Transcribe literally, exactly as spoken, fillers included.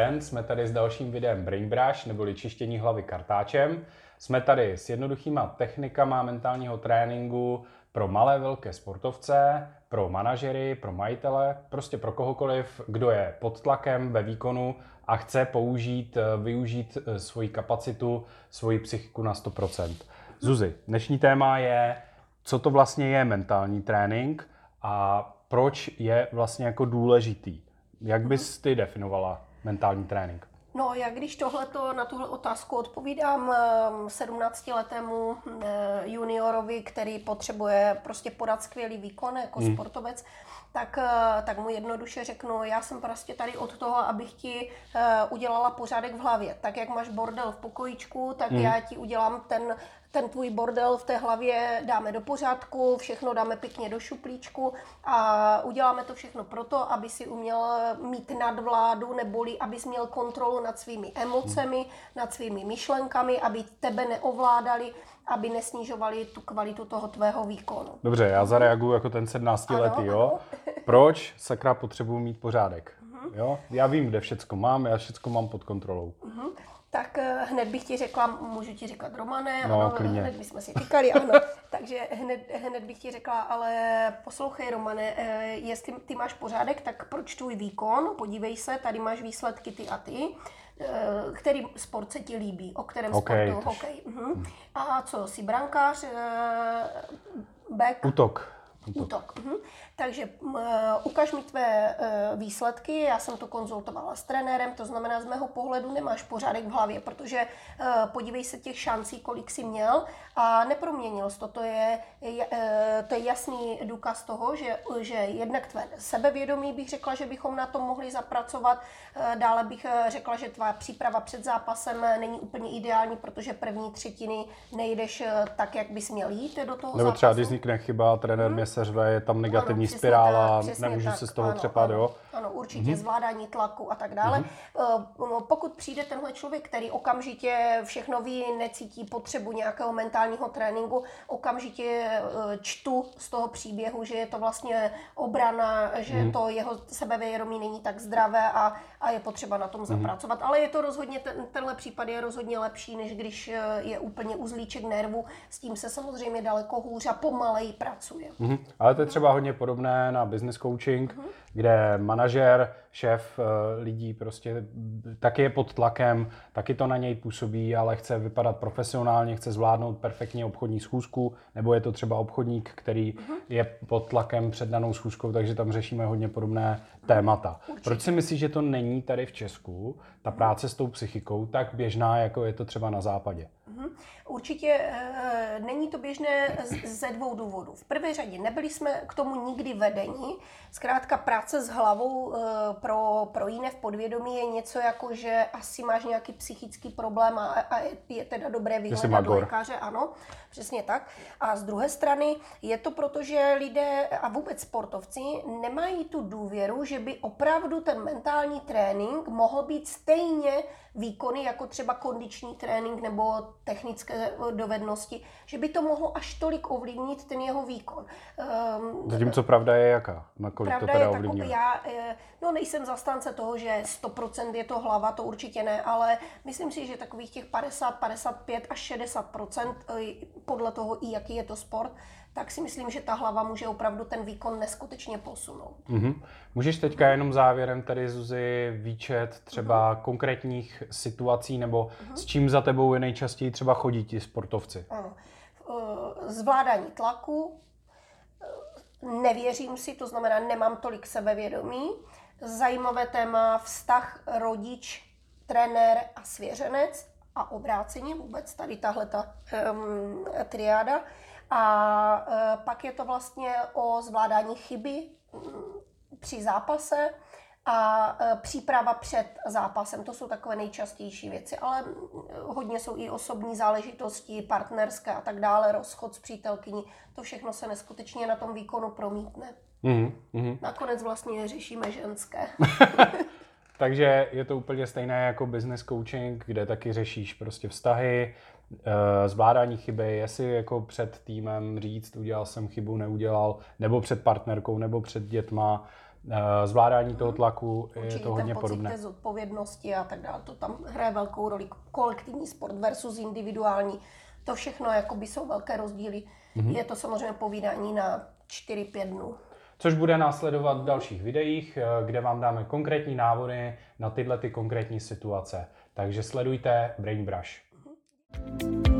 den, jsme tady s dalším videem Brain Brush, neboli čištění hlavy kartáčem. Jsme tady s jednoduchýma technikama mentálního tréninku pro malé, velké sportovce, pro manažery, pro majitele, prostě pro kohokoliv, kdo je pod tlakem ve výkonu a chce použít, využít svoji kapacitu, svoji psychiku na sto procent. Zuzi, dnešní téma je, co to vlastně je mentální trénink a proč je vlastně jako důležitý. Jak bys ty definovala mentální trénink? No, já když tohleto, na tuhle otázku odpovídám sedmnáctiletému juniorovi, který potřebuje prostě podat skvělý výkon jako hmm. sportovec, tak, tak mu jednoduše řeknu, já jsem prostě tady od toho, abych ti udělala pořádek v hlavě. Tak jak máš bordel v pokojíčku, tak hmm. já ti udělám ten ten tvůj bordel v té hlavě dáme do pořádku, všechno dáme pěkně do šuplíčku a uděláme to všechno proto, aby si uměl mít nadvládu, neboli abys měl kontrolu nad svými emocemi, nad svými myšlenkami, aby tebe neovládali, aby nesnižovali tu kvalitu toho tvého výkonu. Dobře, já zareaguju jako ten sedmnáctiletý, jo? Proč sakra potřebuji mít pořádek? Uh-huh. Jo? Já vím, kde všecko mám, já všecko mám pod kontrolou. Uh-huh. Tak hned bych ti řekla, můžu ti říkat Romane, no, ano, klidně. Hned bychom si říkali, ano. Takže hned, hned bych ti řekla, ale poslouchej Romane, jestli ty máš pořádek, tak proč tvůj výkon? Podívej se, tady máš výsledky ty a ty. Který sport se ti líbí? O kterém okay, sportu? Hokej. Uh-huh. A co, jsi brankář? Back? Útok. Útok. Útok. Uh-huh. Takže uh, ukaž mi tvé uh, výsledky, já jsem to konzultovala s trenérem, to znamená z mého pohledu nemáš pořádek v hlavě, protože uh, podívej se těch šancí, kolik jsi měl a neproměnil jsi to. To je, je, uh, to je jasný důkaz toho, že, že jednak tvé sebevědomí bych řekla, že bychom na tom mohli zapracovat. Uh, dále bych uh, řekla, že tvá příprava před zápasem není úplně ideální, protože první třetiny nejdeš uh, tak, jak bys měl jít do toho Nebo zápasu. třeba, když vznikne chyba, trenér hmm. mě seřve, je tam negativní ano, spirála, tak, nemůžu tak, se z toho ano, třepat, ano, jo? Ano, určitě, mm-hmm. zvládání tlaku a tak dále. Mm-hmm. Pokud přijde tenhle člověk, který okamžitě všechno ví, necítí potřebu nějakého mentálního tréninku, okamžitě čtu z toho příběhu, že je to vlastně obrana, že mm-hmm. to jeho sebevědomí není tak zdravé a, a je potřeba na tom mm-hmm. zapracovat. Ale je to rozhodně, ten, tenhle případ je rozhodně lepší, než když je úplně uzlíček nervu. S tím se samozřejmě daleko hůř a pomaleji pracuje. Mm-hmm. Ale to je třeba hodně podobné na business coaching, mm-hmm. kde manažer, šéf lidí prostě taky je pod tlakem, taky to na něj působí, ale chce vypadat profesionálně, chce zvládnout perfektně obchodní schůzku, nebo je to třeba obchodník, který mm-hmm. je pod tlakem před danou schůzkou, takže tam řešíme hodně podobné témata. Určitě. Proč si myslíš, že to není tady v Česku, ta práce s tou psychikou, tak běžná, jako je to třeba na západě? Určitě e, není to běžné z, ze dvou důvodů. V prvé řadě nebyli jsme k tomu nikdy vedeni. Zkrátka práce s hlavou e, pro, pro jiné v podvědomí je něco jako, že asi máš nějaký psychický problém a, a je, je teda dobré vyhledat lékaře. Ano, přesně tak. A z druhé strany je to proto, že lidé a vůbec sportovci nemají tu důvěru, že by opravdu ten mentální trénink mohl být stejně výkony jako třeba kondiční trénink nebo technické dovednosti, že by to mohlo až tolik ovlivnit ten jeho výkon. Um, Zatímco pravda je jaká? Nakolik to teda ovlivňuje? Já no, nejsem zastánce toho, že sto procent je to hlava, to určitě ne, ale myslím si, že takových těch padesát, padesát pět až šedesát procent podle toho, i jaký je to sport, tak si myslím, že ta hlava může opravdu ten výkon neskutečně posunout. Mm-hmm. Můžeš teďka jenom závěrem tady, Zuzi, výčet třeba mm-hmm. konkrétních situací, nebo mm-hmm. s čím za tebou je nejčastěji třeba chodí ti sportovci? Ano. Zvládání tlaku, nevěřím si, to znamená, nemám tolik sebevědomí. Zajímavé téma vztah rodič, trenér a svěřenec a obráceně vůbec tady tahleta um, triáda. A e, pak je to vlastně o zvládání chyby m, při zápase a e, příprava před zápasem. To jsou takové nejčastější věci, ale hodně jsou i osobní záležitosti, partnerské a tak dále, rozchod s přítelkyní. To všechno se neskutečně na tom výkonu promítne. Mm-hmm. Nakonec vlastně řešíme ženské. Takže je to úplně stejné jako business coaching, kde taky řešíš prostě vztahy, zvládání chyby, jestli jako před týmem říct, udělal jsem chybu, neudělal, nebo před partnerkou, nebo před dětma. zvládání toho tlaku, určitě je to hodně ten podobné. Pocit té zodpovědnosti a tak dále, to tam hraje velkou roli. Kolektivní sport versus individuální, to všechno jakoby jsou velké rozdíly. Mm-hmm. Je to samozřejmě povídání na čtyři pět dnů. Což bude následovat v dalších videích, kde vám dáme konkrétní návody na tyhle ty konkrétní situace. Takže sledujte Brain Brush. Mm-hmm.